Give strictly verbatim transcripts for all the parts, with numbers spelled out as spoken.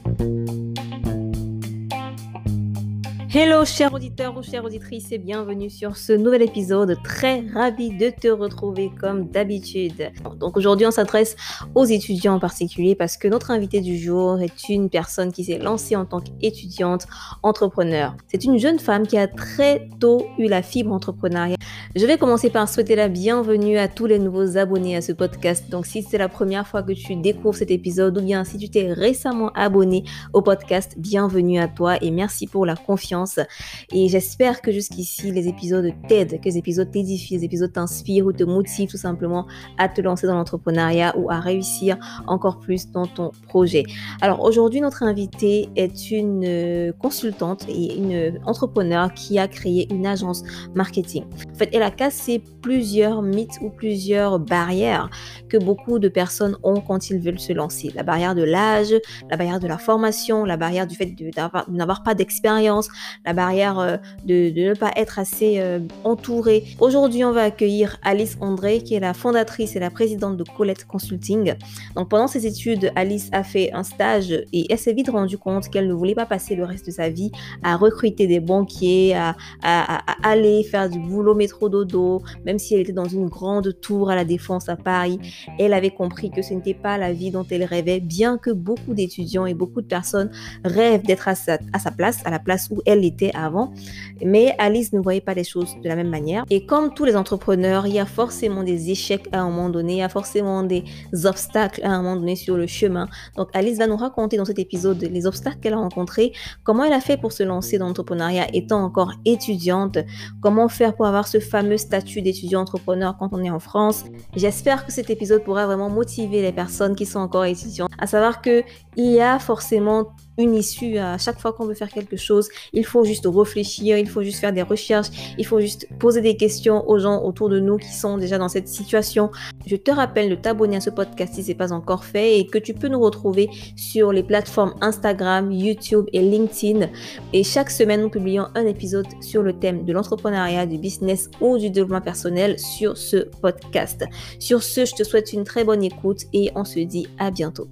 Hello chers auditeurs ou chères auditrices et bienvenue sur ce nouvel épisode. Très ravi de te retrouver comme d'habitude. Donc aujourd'hui on s'adresse aux étudiants en particulier parce que notre invitée du jour est une personne qui s'est lancée en tant qu'étudiante entrepreneur. C'est une jeune femme qui a très tôt eu la fibre entrepreneuriale. Je vais commencer par souhaiter la bienvenue à tous les nouveaux abonnés à ce podcast. Donc si c'est la première fois que tu découvres cet épisode ou bien si tu t'es récemment abonné au podcast, bienvenue à toi et merci pour la confiance. Et j'espère que jusqu'ici, les épisodes t'aident, que les épisodes t'édifient, les épisodes t'inspirent ou te motivent tout simplement à te lancer dans l'entrepreneuriat ou à réussir encore plus dans ton projet. Alors aujourd'hui, notre invitée est une consultante et une entrepreneur qui a créé une agence marketing. En fait, elle a cassé plusieurs mythes ou plusieurs barrières que beaucoup de personnes ont quand ils veulent se lancer. La barrière de l'âge, la barrière de la formation, la barrière du fait de, d'avoir, de n'avoir pas d'expérience, la barrière euh, de, de ne pas être assez euh, entourée. Aujourd'hui, on va accueillir Alice André, qui est la fondatrice et la présidente de Colette Consulting. Donc, pendant ses études, Alice a fait un stage et elle s'est vite rendue compte qu'elle ne voulait pas passer le reste de sa vie à recruter des banquiers, à, à, à aller faire du boulot métro dodo, même si elle était dans une grande tour à la Défense à Paris. Elle avait compris que ce n'était pas la vie dont elle rêvait, bien que beaucoup d'étudiants et beaucoup de personnes rêvent d'être à sa, à sa place, à la place où elle était avant, mais Alice ne voyait pas les choses de la même manière. Et comme tous les entrepreneurs, il y a forcément des échecs à un moment donné, il y a forcément des obstacles à un moment donné sur le chemin. Donc Alice va nous raconter dans cet épisode les obstacles qu'elle a rencontrés, comment elle a fait pour se lancer dans l'entrepreneuriat étant encore étudiante, comment faire pour avoir ce fameux statut d'étudiant entrepreneur quand on est en France. J'espère que cet épisode pourra vraiment motiver les personnes qui sont encore étudiantes, à savoir que il y a forcément une issue à chaque fois qu'on veut faire quelque chose. Il faut juste réfléchir, il faut juste faire des recherches, il faut juste poser des questions aux gens autour de nous qui sont déjà dans cette situation. Je te rappelle de t'abonner à ce podcast si ce n'est pas encore fait et que tu peux nous retrouver sur les plateformes Instagram, YouTube et LinkedIn. Et chaque semaine, nous publions un épisode sur le thème de l'entrepreneuriat, du business ou du développement personnel sur ce podcast. Sur ce, je te souhaite une très bonne écoute et on se dit à bientôt.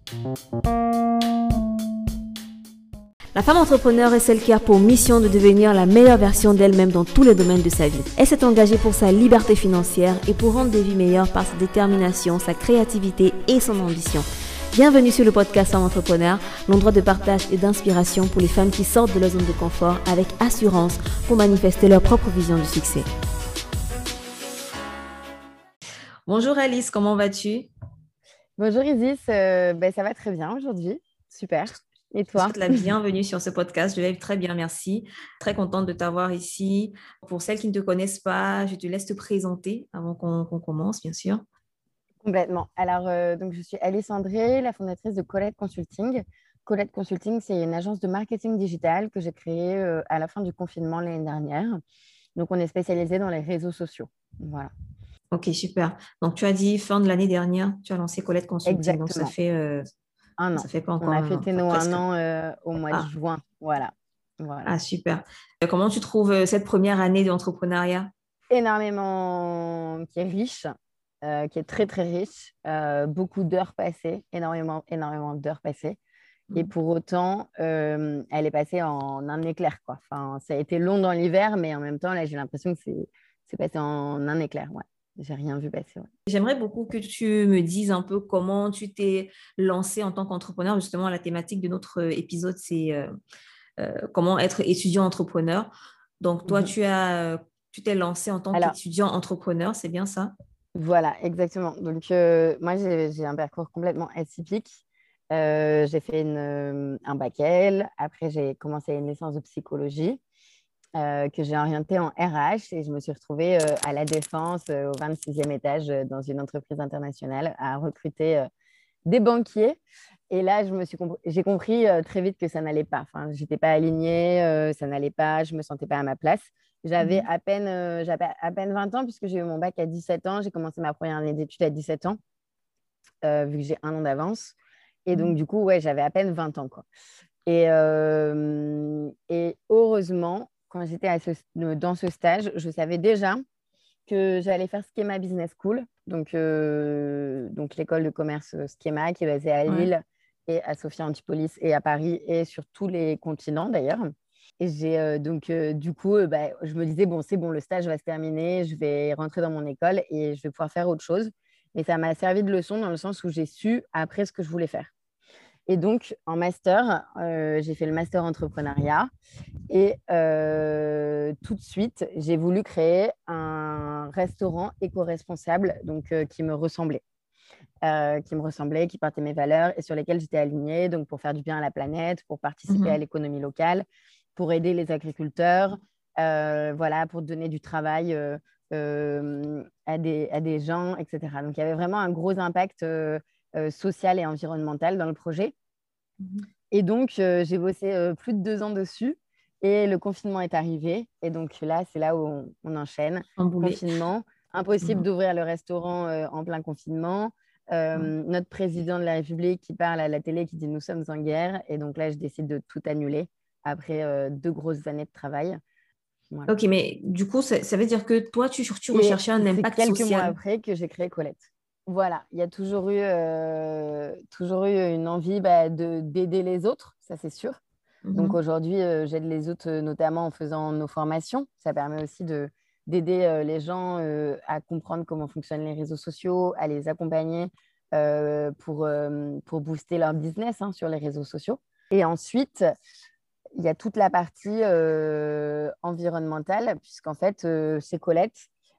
La femme entrepreneur est celle qui a pour mission de devenir la meilleure version d'elle-même dans tous les domaines de sa vie. Elle s'est engagée pour sa liberté financière et pour rendre des vies meilleures par sa détermination, sa créativité et son ambition. Bienvenue sur le podcast Femme Entrepreneur, l'endroit de partage et d'inspiration pour les femmes qui sortent de leur zone de confort avec assurance pour manifester leur propre vision du succès. Bonjour Alice, comment vas-tu? Bonjour Isis, euh, ben, ça va très bien aujourd'hui, super. Et toi? Je te souhaite la bienvenue sur ce podcast. Je vais très bien, merci. Très contente de t'avoir ici. Pour celles qui ne te connaissent pas, je te laisse te présenter avant qu'on, qu'on commence, bien sûr. Complètement. Alors, euh, donc, je suis Alice André, la fondatrice de Colette Consulting. Colette Consulting, c'est une agence de marketing digital que j'ai créée euh, à la fin du confinement l'année dernière. Donc, on est spécialisé dans les réseaux sociaux. Voilà. Ok, super. Donc, tu as dit fin de l'année dernière, tu as lancé Colette Consulting. Exactement. Donc, ça fait, euh, un an. Ça fait pas encore on a un an. fêté Enfin, nos presque. un an euh, au mois Ah. de juin. Voilà. voilà. Ah, super. Comment tu trouves cette première année d'entrepreneuriat? Énormément qui est riche, euh, qui est très, très riche. Euh, beaucoup d'heures passées, énormément, énormément d'heures passées. Et pour autant, euh, elle est passée en un éclair, quoi. Enfin, ça a été long dans l'hiver, mais en même temps, là, j'ai l'impression que c'est, c'est passé en un éclair. Ouais. J'ai rien vu passer. Ouais. J'aimerais beaucoup que tu me dises un peu comment tu t'es lancée en tant qu'entrepreneur. Justement, la thématique de notre épisode, c'est euh, euh, comment être étudiant entrepreneur. Donc, toi, mm-hmm. tu as, tu t'es lancée en tant Alors, qu'étudiant entrepreneur, c'est bien ça? Voilà, exactement. Donc, euh, moi, j'ai, j'ai un parcours complètement atypique. Euh, j'ai fait une, euh, un bac L. Après, j'ai commencé une licence de psychologie euh, que j'ai orientée en R H et je me suis retrouvée euh, à la Défense, euh, au vingt-sixième étage, euh, dans une entreprise internationale, à recruter euh, des banquiers. Et là, je me suis comp- j'ai compris euh, très vite que ça n'allait pas. Enfin, je n'étais pas alignée, euh, ça n'allait pas, je ne me sentais pas à ma place. J'avais à peine, euh, j'avais à peine vingt ans puisque j'ai eu mon bac à dix-sept ans. J'ai commencé ma première année d'études à dix-sept ans, euh, vu que j'ai un an d'avance. Et donc, du coup, ouais, j'avais à peine vingt ans, quoi. Et, euh, et heureusement, quand j'étais à ce, dans ce stage, je savais déjà que j'allais faire Schema Business School, donc, euh, donc l'école de commerce Schema qui est basée à Lille, ouais. et à Sophia Antipolis et à Paris et sur tous les continents d'ailleurs. Et j'ai euh, donc, euh, du coup, euh, bah, je me disais, bon, c'est bon, le stage va se terminer, je vais rentrer dans mon école et je vais pouvoir faire autre chose. Mais ça m'a servi de leçon dans le sens où j'ai su après ce que je voulais faire. Et donc, en master, euh, j'ai fait le master entrepreneuriat. Et euh, tout de suite, j'ai voulu créer un restaurant éco-responsable donc, euh, qui me ressemblait. Euh, qui me ressemblait, qui partait mes valeurs et sur lesquelles j'étais alignée, donc pour faire du bien à la planète, pour participer à Mhm. l'économie locale, pour aider les agriculteurs, euh, voilà, pour donner du travail euh, euh, à, des, à des gens, et cetera. Donc il y avait vraiment un gros impact euh, euh, social et environnemental dans le projet. Mhm. Et donc, euh, j'ai bossé euh, plus de deux ans dessus. Et le confinement est arrivé. Et donc là, c'est là où on, on enchaîne. Chamboulé. Confinement. Impossible Mhm. d'ouvrir le restaurant euh, en plein confinement. Euh, Ouais. notre président de la République qui parle à la télé, qui dit nous sommes en guerre. Et donc là, je décide de tout annuler après euh, deux grosses années de travail. Voilà. Ok, mais du coup, ça, ça veut dire que toi, tu, tu Et recherchais un c'est impact quelques mois social. après que j'ai créé Colette. Voilà, il y a toujours eu, euh, toujours eu une envie bah, de, d'aider les autres, ça c'est sûr. Donc Mhm. aujourd'hui, euh, j'aide les autres euh, notamment en faisant nos formations. Ça permet aussi de, d'aider euh, les gens euh, à comprendre comment fonctionnent les réseaux sociaux, à les accompagner euh, pour, euh, pour booster leur business hein, sur les réseaux sociaux. Et ensuite, il y a toute la partie euh, environnementale, puisqu'en fait, euh, chez Colette,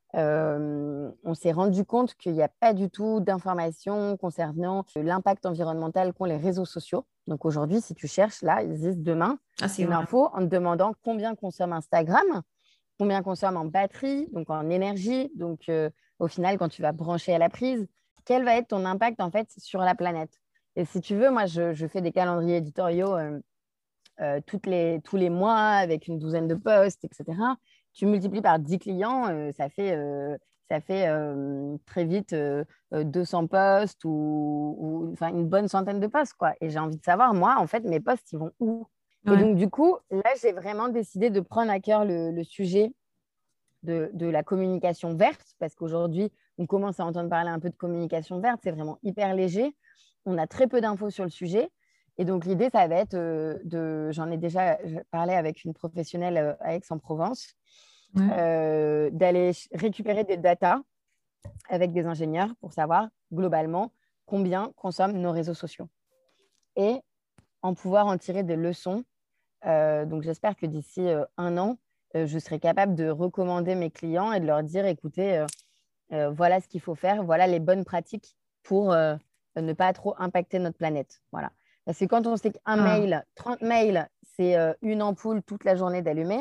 euh, on s'est rendu compte qu'il n'y a pas du tout d'informations concernant l'impact environnemental qu'ont les réseaux sociaux. Donc aujourd'hui, si tu cherches, là, il existe demain Ah, c'est une vrai. info en te demandant combien consomme Instagram, combien consomme en batterie, donc en énergie. Donc euh, au final, quand tu vas brancher à la prise, quel va être ton impact en fait sur la planète? Et si tu veux, moi, je, je fais des calendriers éditoriaux. Euh, euh, toutes les, tous les mois avec une douzaine de postes, et cetera. Tu multiplies par dix clients, euh, ça fait, euh, ça fait euh, très vite euh, euh, deux cents postes ou, ou enfin, une bonne centaine de postes. Quoi. Et j'ai envie de savoir, moi, en fait, mes postes, ils vont où? Et Ouais. donc, du coup, là, j'ai vraiment décidé de prendre à cœur le, le sujet de, de, la communication verte, parce qu'aujourd'hui, on commence à entendre parler un peu de communication verte, c'est vraiment hyper léger. On a très peu d'infos sur le sujet. Et donc, l'idée, ça va être euh, de. J'en ai déjà parlé avec une professionnelle euh, à Aix-en-Provence, Ouais. euh, d'aller récupérer des datas avec des ingénieurs pour savoir globalement combien consomment nos réseaux sociaux et en pouvoir en tirer des leçons. Euh, donc, j'espère que d'ici euh, un an, euh, je serai capable de recommander mes clients et de leur dire, écoutez, euh, euh, voilà ce qu'il faut faire, voilà les bonnes pratiques pour euh, ne pas trop impacter notre planète. Voilà. Parce que quand on sait qu'un Ah, mail, trente mails, c'est euh, une ampoule toute la journée d'allumer,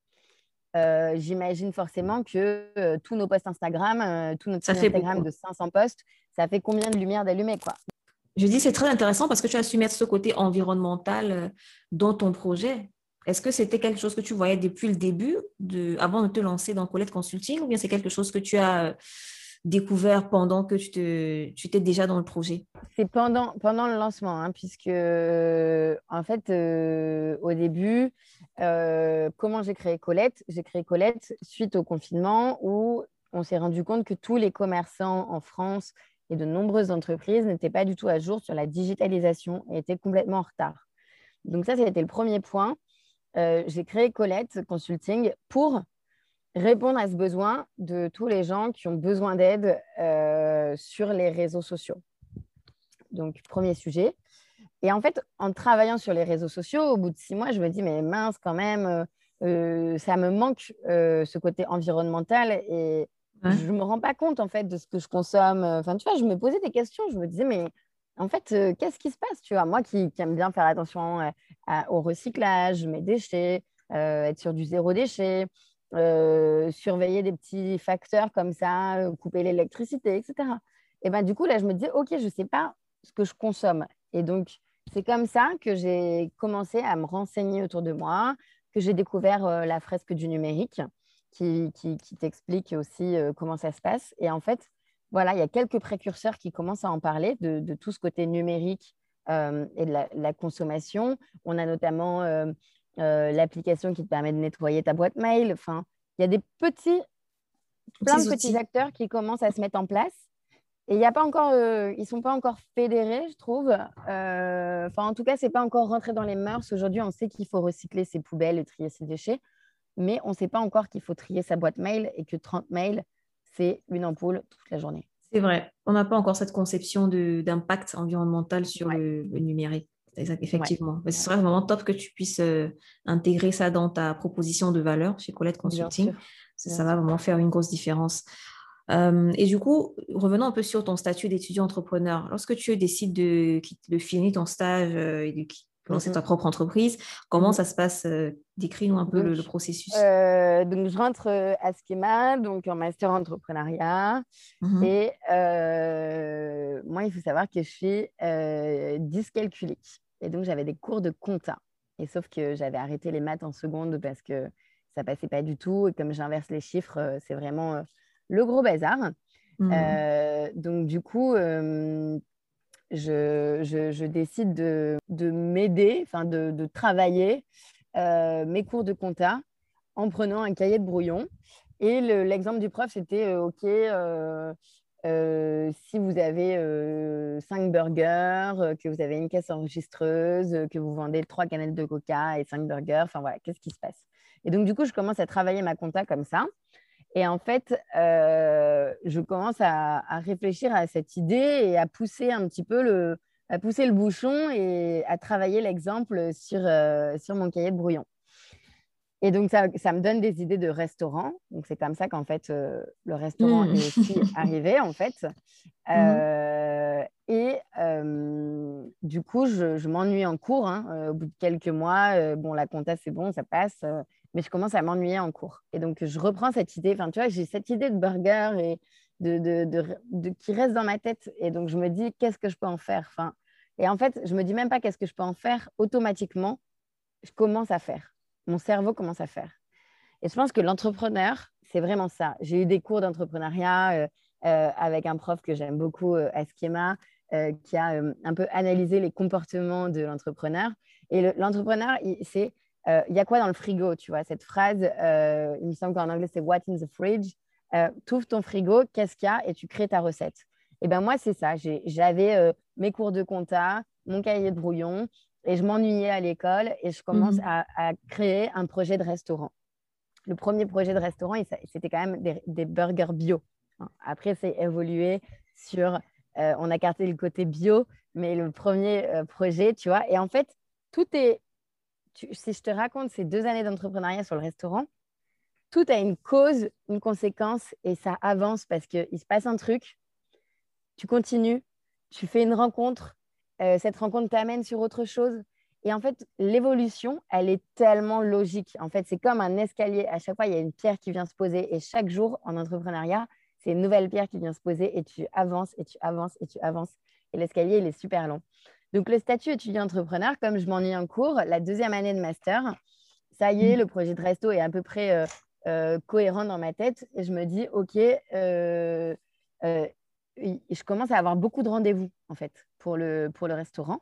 euh, j'imagine forcément que euh, tous nos posts Instagram, euh, tout notre ça fil fait Instagram beaucoup. de cinq cents posts, ça fait combien de lumière d'allumer, quoi. Je dis, c'est très intéressant parce que tu as su mettre ce côté environnemental euh, dans ton projet. Est-ce que c'était quelque chose que tu voyais depuis le début, de, avant de te lancer dans Colette Consulting, ou bien c'est quelque chose que tu as euh, découvert pendant que tu te, tu étais déjà dans le projet? C'est pendant, pendant le lancement, hein, puisque euh, en fait, euh, au début, euh, comment j'ai créé Colette? J'ai créé Colette suite au confinement où on s'est rendu compte que tous les commerçants en France et de nombreuses entreprises n'étaient pas du tout à jour sur la digitalisation et étaient complètement en retard. Donc ça, c'était le premier point. Euh, j'ai créé Colette Consulting pour répondre à ce besoin de tous les gens qui ont besoin d'aide euh, sur les réseaux sociaux. Donc, premier sujet. Et en fait, en travaillant sur les réseaux sociaux, au bout de six mois, je me dis, mais mince, quand même, euh, euh, ça me manque euh, ce côté environnemental et Ouais. je ne me rends pas compte, en fait, de ce que je consomme. Enfin, tu vois, je me posais des questions. Je me disais, mais en fait, euh, qu'est-ce qui se passe, tu vois? Moi qui, qui aime bien faire attention euh, à- au recyclage, mes déchets, euh, être sur du zéro déchet, euh, surveiller des petits facteurs comme ça, euh, couper l'électricité, et cetera. Et ben, du coup, là, je me disais, OK, je ne sais pas ce que je consomme. Et donc, c'est comme ça que j'ai commencé à me renseigner autour de moi, que j'ai découvert euh, la fresque du numérique qui, qui, qui t'explique aussi euh, comment ça se passe. Et en fait, voilà, il y a quelques précurseurs qui commencent à en parler de, de tout ce côté numérique euh, et de la, la consommation. On a notamment euh, euh, l'application qui te permet de nettoyer ta boîte mail. Enfin, il y a des petits, plein de Petits petits outils. acteurs qui commencent à se mettre en place. Et il y a pas encore, euh, ils sont pas encore fédérés, je trouve. Euh, Enfin, en tout cas, c'est pas encore rentré dans les mœurs. Aujourd'hui, on sait qu'il faut recycler ses poubelles et trier ses déchets, mais on ne sait pas encore qu'il faut trier sa boîte mail et que trente mails, c'est une ampoule toute la journée. C'est vrai, on n'a pas encore cette conception de, d'impact environnemental sur Ouais, le, le numérique. Exact- ouais, Effectivement. Mais ce ouais. serait vraiment top que tu puisses euh, intégrer ça dans ta proposition de valeur chez Colette Bien Consulting. sûr, Ça, bien ça va sûr. vraiment faire une grosse différence. Euh, et du coup, revenons un peu sur ton statut d'étudiant entrepreneur. Lorsque tu décides de, quitter- de finir ton stage euh, et de qui- Mm, lancer mm, ta propre entreprise, comment mhm. ça se passe? euh, Décris-nous un peu le, Donc, le processus. euh, donc, je rentre euh, à Schema, donc en master entrepreneuriat. Mhm. Et euh, moi, il faut savoir que je suis euh, dyscalculique. Et donc, j'avais des cours de compta. Et sauf que j'avais arrêté les maths en seconde parce que ça passait pas du tout. Et comme j'inverse les chiffres, euh, c'est vraiment euh, le gros bazar. Mhm. Euh, donc, du coup, euh, je, je- je décide de, de m'aider, enfin de, de travailler euh, mes cours de compta en prenant un cahier de brouillon. Et le- l'exemple du prof, c'était euh, OK, euh, euh, si vous avez euh, cinq burgers, euh, que vous avez une caisse enregistreuse, euh, que vous vendez trois canettes de coca et cinq burgers, enfin voilà, qu'est-ce qui se passe? Et donc, du coup, je commence à travailler ma compta comme ça. Et en fait, euh, je commence à, à réfléchir à cette idée et à pousser un petit peu le, à pousser le bouchon et à travailler l'exemple sur, euh, sur mon cahier de brouillon. Et donc, ça, ça me donne des idées de restaurant. Donc, c'est comme ça qu'en fait, euh, le restaurant Mhm. est aussi arrivé, en fait. Mhm. Euh, et euh, du coup, je, je m'ennuie en cours. Hein. Euh, au bout de quelques mois, euh, bon, la compta, c'est bon, ça passe. Euh, mais je commence à m'ennuyer en cours. Et donc, je reprends cette idée. Enfin, tu vois, j'ai cette idée de burger et de, de, de, de- qui reste dans ma tête. Et donc, je me dis, qu'est-ce que je peux en faire? Enfin, et en fait, je me dis même pas qu'est-ce que je peux en faire. Automatiquement, je commence à faire. Mon cerveau commence à faire. Et je pense que l'entrepreneur, c'est vraiment ça. J'ai eu des cours d'entrepreneuriat euh, euh, avec un prof que j'aime beaucoup, euh, à Schema, euh, qui a euh, un peu analysé les comportements de l'entrepreneur. Et le- l'entrepreneur, il- c'est euh, il y a quoi dans le frigo, tu vois, cette phrase, euh, il me semble qu'en anglais, c'est What in the fridge. Euh, tu ouvres ton frigo, qu'est-ce qu'il y a? Et tu crées ta recette. Et ben moi, c'est ça. J'ai- J'avais euh, mes cours de compta, mon cahier de brouillon, et je m'ennuyais à l'école et je commence Mhm. à, à créer un projet de restaurant. Le premier projet de restaurant, c'était quand même des, des burgers bio. Après, c'est évolué sur, euh, on a carté le côté bio, mais le premier euh, projet, tu vois. Et en fait, tout est, tu, si je te raconte ces deux années d'entrepreneuriat sur le restaurant, tout a une cause, une conséquence, et ça avance parce qu'il se passe un truc, tu continues, tu fais une rencontre, euh, cette rencontre t'amène sur autre chose. Et en fait, l'évolution, elle est tellement logique. En fait, c'est comme un escalier. À chaque fois, il y a une pierre qui vient se poser. Et chaque jour, en entrepreneuriat, c'est une nouvelle pierre qui vient se poser. Et tu avances, et tu avances, et tu avances. Et l'escalier, il est super long. Donc, le statut étudiant-entrepreneur, comme je m'ennuie en cours, la deuxième année de master, ça y est, le projet de resto est à peu près euh, euh, cohérent dans ma tête. Et je me dis, OK, euh, euh, je commence à avoir beaucoup de rendez-vous, en fait, pour le, pour le restaurant.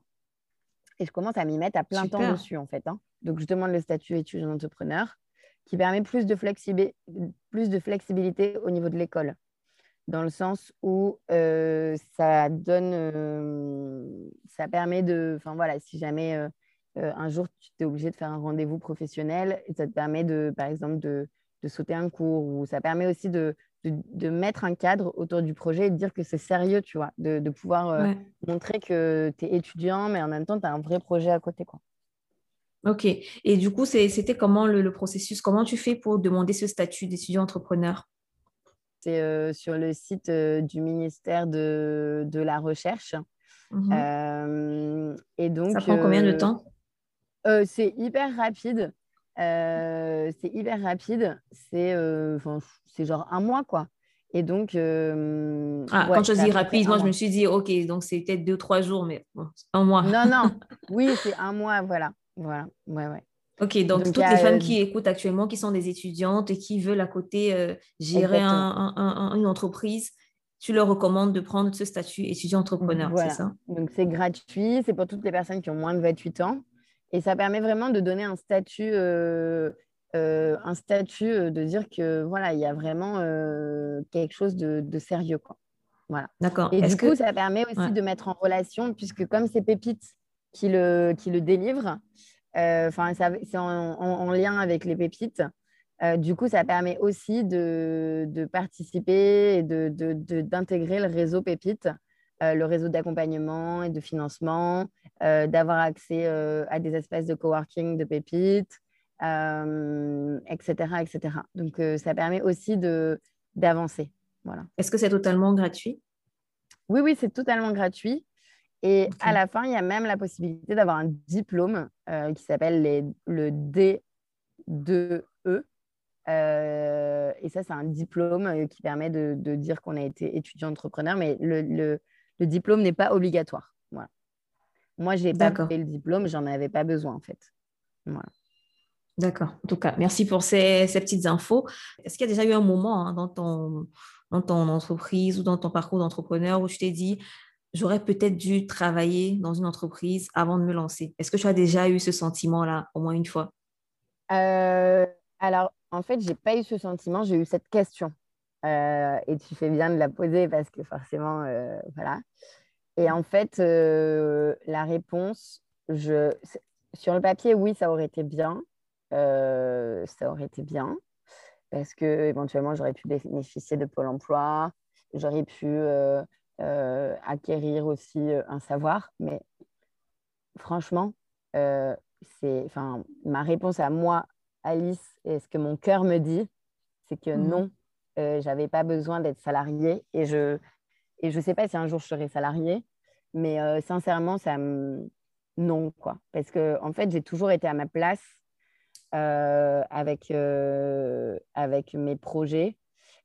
Et je commence à m'y mettre à plein temps Super. dessus, en fait. Hein. Donc, je demande le statut étudiant entrepreneur qui permet plus de, flexibi- plus de flexibilité au niveau de l'école, dans le sens où euh, ça donne, euh, ça permet de, enfin voilà, si jamais euh, euh, un jour tu es obligé de faire un rendez-vous professionnel, ça te permet de, par exemple, de, de sauter un cours, ou ça permet aussi de, de, de mettre un cadre autour du projet et de dire que c'est sérieux, tu vois, de, de pouvoir euh, Ouais. montrer que tu es étudiant, mais en même temps, tu as un vrai projet à côté, quoi. Ok. Et du coup, c'est- c'était comment le, le processus? Comment tu fais pour demander ce statut d'étudiant entrepreneur? C'est euh, sur le site euh, du ministère de, de la Recherche. Mhm. Euh, et Ça donc, prend combien de euh, temps? Euh, c'est hyper rapide. Euh, c'est hyper rapide. C'est euh, enfin, c'est genre un mois, quoi. Et donc, euh, Ah, quand ouais, tu as c'est à dit peu près rapide, un moi, je me mois. suis dit, ok, donc c'est peut-être deux, trois jours, mais bon, c'est un mois. Non, non. Oui, c'est un mois, voilà. Voilà. Ouais, ouais. Ok, donc Donc, il y toutes les a, femmes euh, qui écoutent actuellement, qui sont des étudiantes et qui veulent à côté euh, gérer un- exactement. un- un- une entreprise, tu leur recommandes de prendre ce statut étudiant-entrepreneur, c'est Voilà. ça? Donc, c'est gratuit. C'est pour toutes les personnes qui ont moins de vingt-huit ans. Et ça permet vraiment de donner un statut, euh, euh, un statut euh, de dire que, voilà, il y a vraiment euh, quelque chose de, de sérieux, quoi. Voilà. D'accord. Et Est-ce du coup, que... ça permet Ouais. aussi de mettre en relation, puisque comme c'est Pépite qui le, qui le délivre, euh, enfin, ça- c'est en, en- en lien avec les pépites. Euh, du coup, ça permet aussi de, de participer et de, de- de- d'intégrer le réseau Pépite, euh, le réseau d'accompagnement et de financement, euh, d'avoir accès euh, à des espaces de coworking de Pépites, euh, et cetera, et cetera. Donc, euh, ça permet aussi de, d'avancer. Voilà. Est-ce que c'est totalement gratuit? Oui, oui, c'est totalement gratuit. Et à Ok. la fin, il y a même la possibilité d'avoir un diplôme euh, qui s'appelle les- le D deux E. Euh, et ça, c'est un diplôme euh, qui permet de, de dire qu'on a été étudiant entrepreneur, mais le, le- le diplôme n'est pas obligatoire. Voilà. Moi, je n'ai pas D'accord. fait le diplôme, j'en avais pas besoin en fait. Voilà. D'accord. En tout cas, merci pour ces, ces petites infos. Est-ce qu'il y a déjà eu un moment hein, dans ton, dans ton entreprise ou dans ton parcours d'entrepreneur où tu t'es dit, j'aurais peut-être dû travailler dans une entreprise avant de me lancer? Est-ce que tu as déjà eu ce sentiment-là au moins une fois? Euh, alors, en fait, j'ai pas eu ce sentiment, j'ai eu cette question. Euh, et tu fais bien de la poser parce que forcément, euh, voilà. Et en fait, euh, la réponse, je... sur le papier, oui, ça aurait été bien. Euh, ça aurait été bien parce que éventuellement, j'aurais pu bénéficier de Pôle emploi, j'aurais pu euh, euh, acquérir aussi euh, un savoir. Mais franchement, euh, c'est, enfin, ma réponse à moi, Alice, et ce que mon cœur me dit, c'est que Mhm. non, euh, j'avais pas besoin d'être salariée et je et je sais pas si un jour je serai salariée, mais euh, sincèrement, ça me... non, quoi. Parce que, en fait, j'ai toujours été à ma place euh, avec, euh, avec mes projets.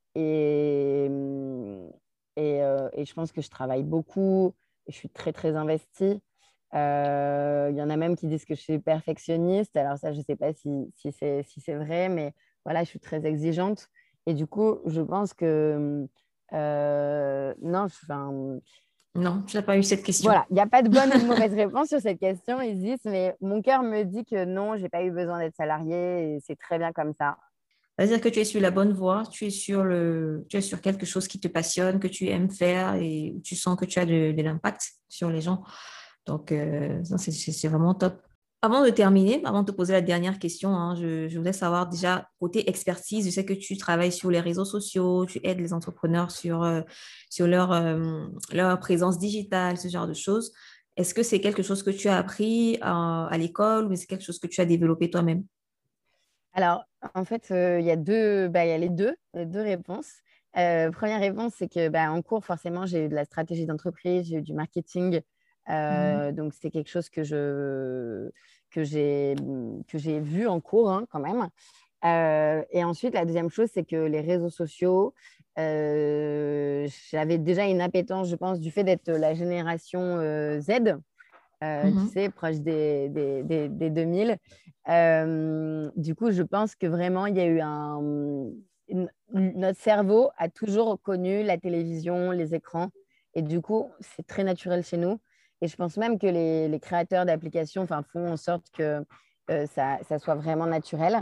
Et, et, euh, et je pense que je travaille beaucoup. Je suis très, très investie. Euh, Il y en a même qui disent que je suis perfectionniste. Alors ça, je ne sais pas si, si c'est si c'est vrai, mais voilà, je suis très exigeante. Et du coup, je pense que euh, non, je, enfin, Non, tu n'as pas eu cette question. voilà, il n'y a pas de bonne ou de mauvaise réponse sur cette question, Isis, mais mon cœur me dit que non, j'ai pas eu besoin d'être salariée et c'est très bien comme ça. C'est-à-dire que tu es sur la bonne voie, tu es sur le, tu es sur quelque chose qui te passionne, que tu aimes faire et où tu sens que tu as de, de l'impact sur les gens. Donc, euh, ça, c'est c'est- c'est vraiment top. Avant de terminer, avant de te poser la dernière question, hein, je, je voudrais savoir déjà, côté expertise, je sais que tu travailles sur les réseaux sociaux, tu aides les entrepreneurs sur, euh, sur leur, euh, leur présence digitale, ce genre de choses. Est-ce que c'est quelque chose que tu as appris euh, à l'école ou c'est quelque chose que tu as développé toi-même? Alors, en fait, euh, il y a deux, bah, il y a les deux, les deux réponses. Euh, première réponse, c'est que bah, en cours, forcément, j'ai eu de la stratégie d'entreprise, j'ai eu du marketing. Mhm. Euh, donc, c'est quelque chose que je, que j'ai, que j'ai vu en cours hein, quand même. Euh, et ensuite, la deuxième chose, c'est que les réseaux sociaux, euh, j'avais déjà une appétence, je pense, du fait d'être la génération euh, Z euh, tu Mhm. sais, proche des, des, des, des deux mille. Euh, du coup, je pense que vraiment, il y a eu un... une- notre cerveau a toujours connu la télévision, les écrans. Et du coup, c'est très naturel chez nous. Et je pense même que les, les créateurs d'applications enfin, font en sorte que euh, ça, ça soit vraiment naturel.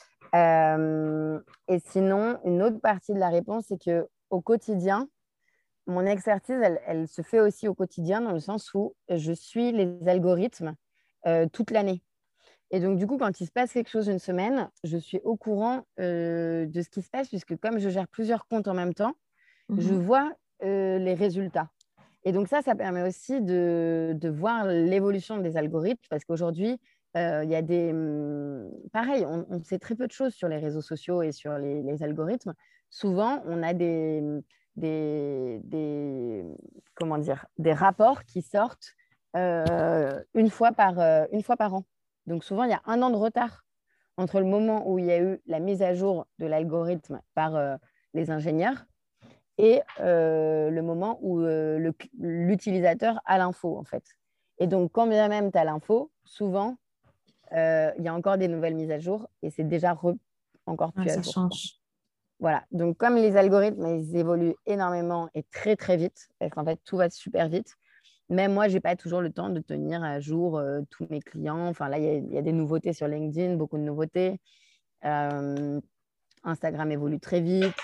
Euh, et sinon, une autre partie de la réponse, c'est que au quotidien, mon expertise, elle, elle se fait aussi au quotidien dans le sens où je suis les algorithmes euh, toute l'année. Et donc, du coup, quand il se passe quelque chose une semaine, je suis au courant euh, de ce qui se passe, puisque comme je gère plusieurs comptes en même temps, je Mhm. vois euh, les résultats. Et donc ça, ça permet aussi de, de voir l'évolution des algorithmes, parce qu'aujourd'hui, euh, il y a des... hum, pareil, on, on sait très peu de choses sur les réseaux sociaux et sur les, les algorithmes. Souvent, on a des, des, des, comment dire, des rapports qui sortent euh, une fois par, euh, une fois par an. Donc souvent, il y a un an de retard entre le moment où il y a eu la mise à jour de l'algorithme par euh, les ingénieurs et euh, le moment où euh, le- l'utilisateur a l'info, en fait. Et donc, quand bien même tu as l'info, souvent, euh, il y a encore des nouvelles mises à jour et c'est déjà re- encore Ouais, plus à ça jour. change. Voilà. Donc, comme les algorithmes, ils évoluent énormément et très, très vite, parce qu'en fait, tout va super vite. Même moi, je n'ai pas toujours le temps de tenir à jour euh, tous mes clients. Enfin, là, il y, a- il y a des nouveautés sur LinkedIn, beaucoup de nouveautés. Euh, Instagram évolue très vite.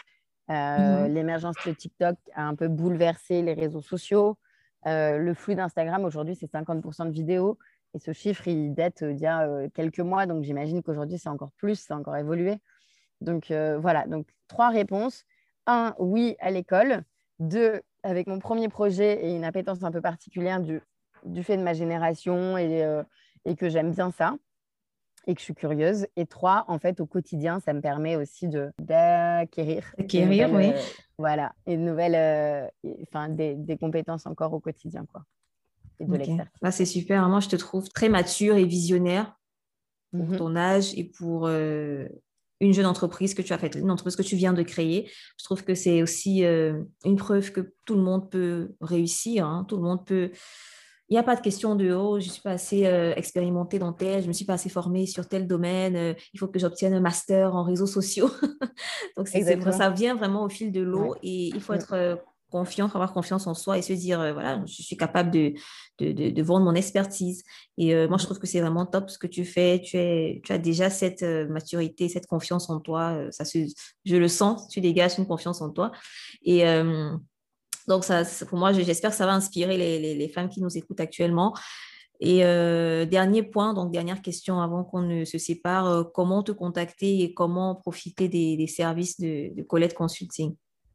Euh, Mhm. l'émergence de TikTok a un peu bouleversé les réseaux sociaux. Euh, le flux d'Instagram, aujourd'hui, c'est cinquante pour cent de vidéos. Et ce chiffre, il date d'il y a euh, quelques mois. Donc, j'imagine qu'aujourd'hui, c'est encore plus, c'est encore évolué. Donc, euh, voilà. Donc, trois réponses. Un, oui, à l'école. Deux, avec mon premier projet et une appétence un peu particulière du, du fait de ma génération et, euh, et que j'aime bien ça et que je suis curieuse. Et trois, en fait, au quotidien, ça me permet aussi de d'acquérir des Acquérir, nouvelles, oui. euh, voilà, et de nouvelles, euh, et- enfin, des, des compétences encore au quotidien, quoi, et de Ok. l'expertise. Là, c'est super. Moi, je te trouve très mature et visionnaire pour Mhm. ton âge et pour euh, une jeune entreprise que tu as faite, une entreprise que tu viens de créer. Je trouve que c'est aussi euh, une preuve que tout le monde peut réussir, hein. Tout le monde peut. Il n'y a pas de question de oh, je ne suis pas assez euh, expérimentée dans tel, je ne me suis pas assez formée sur tel domaine, euh, il faut que j'obtienne un master en réseaux sociaux. Donc, c'est, c'est vrai, Exactement. ça vient vraiment au fil de Ouais. l'eau et il faut Mm. être euh, confiant, faut avoir confiance en soi et se dire, euh, voilà, je suis capable de, de, de, de vendre mon expertise. Et euh, moi, je Mhm. trouve que c'est vraiment top ce que tu fais. Tu, es, tu as déjà cette euh, maturité, cette confiance en toi. Euh, ça se, je le sens, tu dégages une confiance en toi. Et euh, donc, ça, pour moi, j'espère que ça va inspirer les, les, les femmes qui nous écoutent actuellement. Et euh, dernier point, donc dernière question avant qu'on ne se sépare, euh, comment te contacter et comment profiter des, des services de, de Colette Consulting?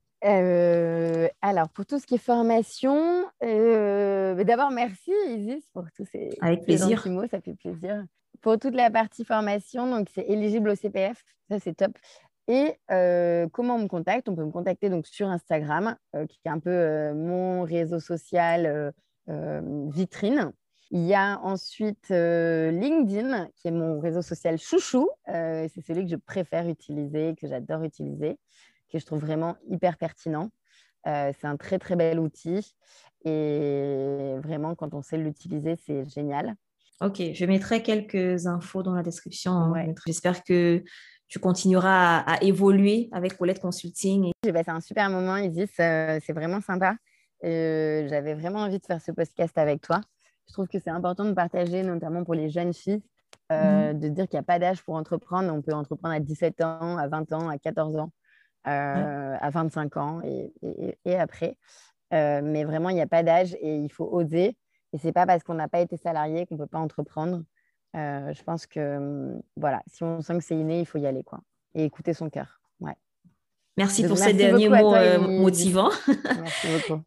Euh, alors, pour tout ce qui est formation, euh, mais d'abord, merci Isis pour tous ces, Avec ces gentils plaisir. mots, ça fait plaisir. Pour toute la partie formation, donc c'est éligible au C P F, ça c'est top. Et euh, comment on me contacte? On peut me contacter donc sur Instagram, euh, qui est un peu euh, mon réseau social euh, euh, vitrine. Il y a ensuite euh, LinkedIn, qui est mon réseau social chouchou. Euh, c'est celui que je préfère utiliser, que j'adore utiliser, que je trouve vraiment hyper pertinent. Euh, c'est un très, très bel outil. Et vraiment, quand on sait l'utiliser, c'est génial. Ok, je mettrai quelques infos dans la description, hein. Ouais. J'espère que tu continueras à, à évoluer avec Colette Consulting. J'ai passé un super moment, Isis. Euh, c'est vraiment sympa. Euh, j'avais vraiment envie de faire ce podcast avec toi. Je trouve que c'est important de partager, notamment pour les jeunes filles, euh, Mhm. de dire qu'il n'y a pas d'âge pour entreprendre. On peut entreprendre à dix-sept ans, à vingt ans, à quatorze ans, Ouais. euh, à vingt-cinq ans et, et- et après. Euh, mais vraiment, il n'y a pas d'âge et il faut oser. Et c'est pas parce qu'on n'a pas été salarié qu'on ne peut pas entreprendre. Euh, je pense que hum, voilà, si on sent que c'est inné, il faut y aller, quoi. Et écouter son cœur. Ouais. Merci Donc, pour ces merci derniers beaucoup à mots toi, euh, Isis. motivants. Merci beaucoup.